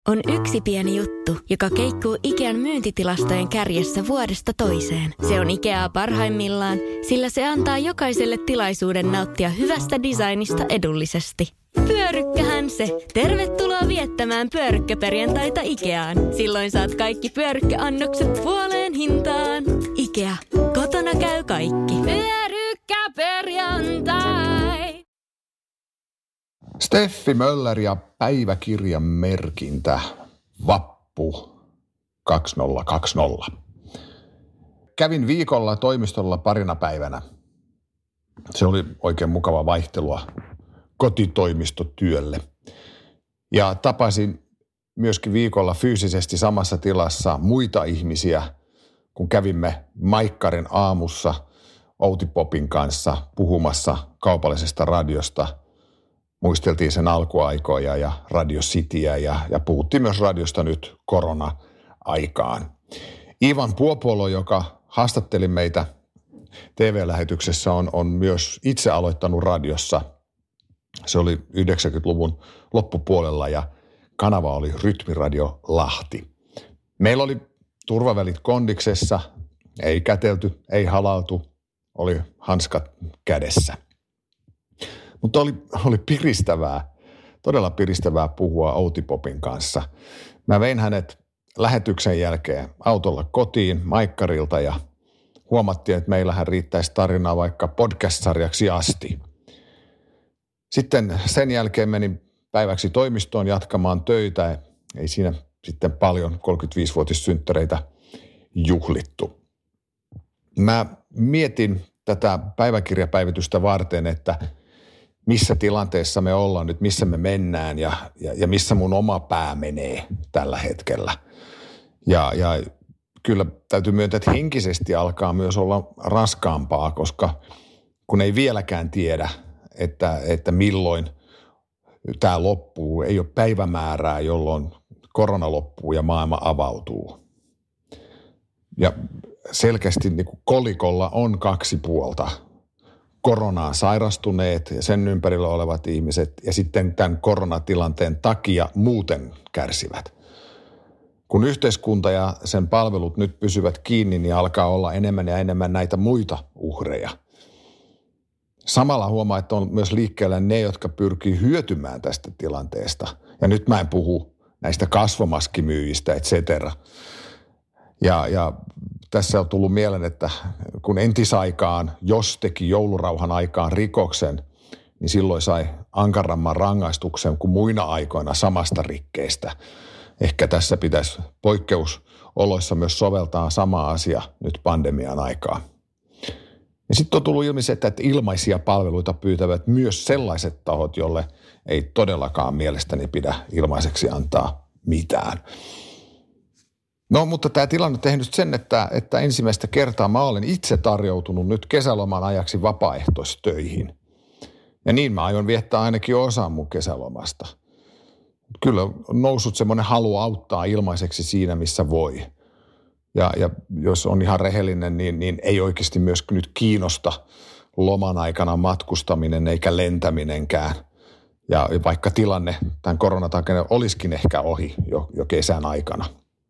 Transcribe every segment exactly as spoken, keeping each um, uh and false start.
On yksi pieni juttu, joka keikkuu Ikean myyntitilastojen kärjessä vuodesta toiseen. Se on Ikeaa parhaimmillaan, sillä se antaa jokaiselle tilaisuuden nauttia hyvästä designista edullisesti. Pyörykkähän se! Tervetuloa viettämään pyörykkäperjantaita Ikeaan. Silloin saat kaikki pyörykkäannokset puoleen hintaan. Ikea. Kotona käy kaikki. Pyörykkäperjantai! Steffi Möller ja päiväkirjan merkintä. Vappu kaksituhattakaksikymmentä. Kävin viikolla toimistolla parina päivänä. Se oli oikein mukava vaihtelua kotitoimistotyölle. Ja tapasin myöskin viikolla fyysisesti samassa tilassa muita ihmisiä, kun kävimme Maikkarin aamussa Outi Popin kanssa puhumassa kaupallisesta radiosta. Muisteltiin sen alkuaikoja ja Radio Cityä ja, ja puhuttiin myös radiosta nyt korona-aikaan. Ivan Puopolo, joka haastatteli meitä T V-lähetyksessä, on, on myös itse aloittanut radiossa. Se oli yhdeksänkymmentäluvun loppupuolella ja kanava oli Rytmiradio Lahti. Meillä oli turvavälit kondiksessa, ei kätelty, ei halaltu, oli hanskat kädessä. Mutta oli, oli piristävää, todella piristävää puhua Outi Popin kanssa. Mä vein hänet lähetyksen jälkeen autolla kotiin Maikkarilta ja huomattiin, että meillähän riittäisi tarinaa vaikka podcast-sarjaksi asti. Sitten sen jälkeen menin päiväksi toimistoon jatkamaan töitä. Ei siinä sitten paljon kolmekymmentäviisivuotissynttäreitä juhlittu. Mä mietin tätä päiväkirjapäivitystä varten, että missä tilanteessa me ollaan nyt, missä me mennään ja, ja, ja missä mun oma pää menee tällä hetkellä. Ja, ja kyllä täytyy myöntää, että henkisesti alkaa myös olla raskaampaa, koska kun ei vieläkään tiedä, että, että milloin tämä loppuu, ei ole päivämäärää, jolloin korona loppuu ja maailma avautuu. Ja selkeästi niin kuin kolikolla on kaksi puolta. Koronaan sairastuneet ja sen ympärillä olevat ihmiset ja sitten tämän koronatilanteen takia muuten kärsivät. Kun yhteiskunta ja sen palvelut nyt pysyvät kiinni, niin alkaa olla enemmän ja enemmän näitä muita uhreja. Samalla huomaa, että on myös liikkeellä ne, jotka pyrkii hyötymään tästä tilanteesta. Ja nyt mä en puhu näistä kasvomaskimyyjistä, et cetera. Ja, ja tässä on tullut mieleen, että kun entisaikaan, jos teki joulurauhan aikaan rikoksen, niin silloin sai ankaramman rangaistuksen kuin muina aikoina samasta rikkeestä. Ehkä tässä pitäisi poikkeusoloissa myös soveltaa sama asia nyt pandemian aikaa. Ja sitten on tullut ilmi se, että ilmaisia palveluita pyytävät myös sellaiset tahot, jolle ei todellakaan mielestäni pidä ilmaiseksi antaa mitään. No, mutta tämä tilanne on tehnyt sen, että, että ensimmäistä kertaa mä olen itse tarjoutunut nyt kesäloman ajaksi vapaaehtoistöihin. Ja niin mä aion viettää ainakin osan mun kesälomasta. Kyllä on noussut semmoinen halu auttaa ilmaiseksi siinä, missä voi. Ja, ja jos on ihan rehellinen, niin, niin ei oikeasti myös nyt kiinnosta loman aikana matkustaminen eikä lentäminenkään. Ja vaikka tilanne tämän koronatakia olisikin ehkä ohi jo, jo kesän aikana.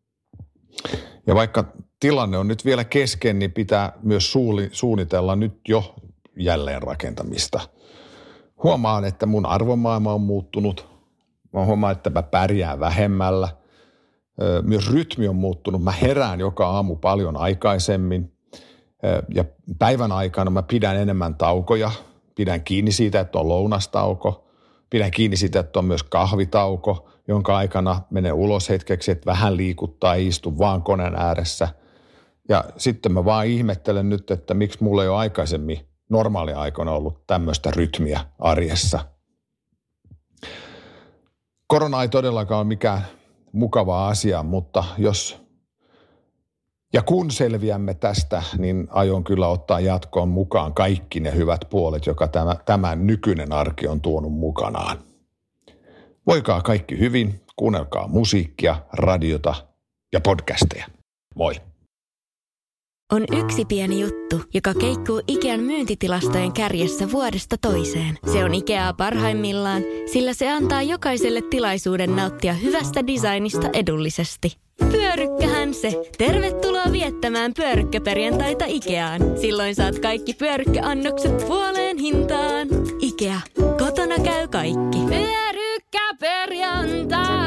Ja vaikka tilanne on nyt vielä kesken, niin pitää myös suuli, suunnitella nyt jo jälleenrakentamista. Huomaan, että mun arvomaailma on muuttunut. Mä huomaan, että mä pärjään vähemmällä. Myös rytmi on muuttunut. Mä herään joka aamu paljon aikaisemmin. Ja päivän aikana mä pidän enemmän taukoja. Pidän kiinni siitä, että on lounastauko. Pidän kiinni siitä, että on myös kahvitauko, jonka aikana menen ulos hetkeksi, että vähän liikuttaa, istu vaan koneen ääressä. Ja sitten mä vaan ihmettelen nyt, että miksi mulla ei ole aikaisemmin normaaliaikoina ollut tämmöistä rytmiä arjessa. Korona ei todellakaan ole mikään mukava asia, mutta jos ja kun selviämme tästä, niin aion kyllä ottaa jatkoon mukaan kaikki ne hyvät puolet, joka tämä, tämä nykyinen arki on tuonut mukanaan. Voikaa kaikki hyvin, kuunnelkaa musiikkia, radiota ja podcasteja. Moi! on yksi pieni juttu, joka keikkuu Ikean myyntitilastojen kärjessä vuodesta toiseen. Se on Ikeaa parhaimmillaan, sillä se antaa jokaiselle tilaisuuden nauttia hyvästä designista edullisesti. Pyörykkähän se! Tervetuloa viettämään pyörykkäperjantaita Ikeaan. Silloin saat kaikki pyörykkäannokset puoleen hintaan. Ikea. Kotona käy kaikki. Pyörykkäperjantai!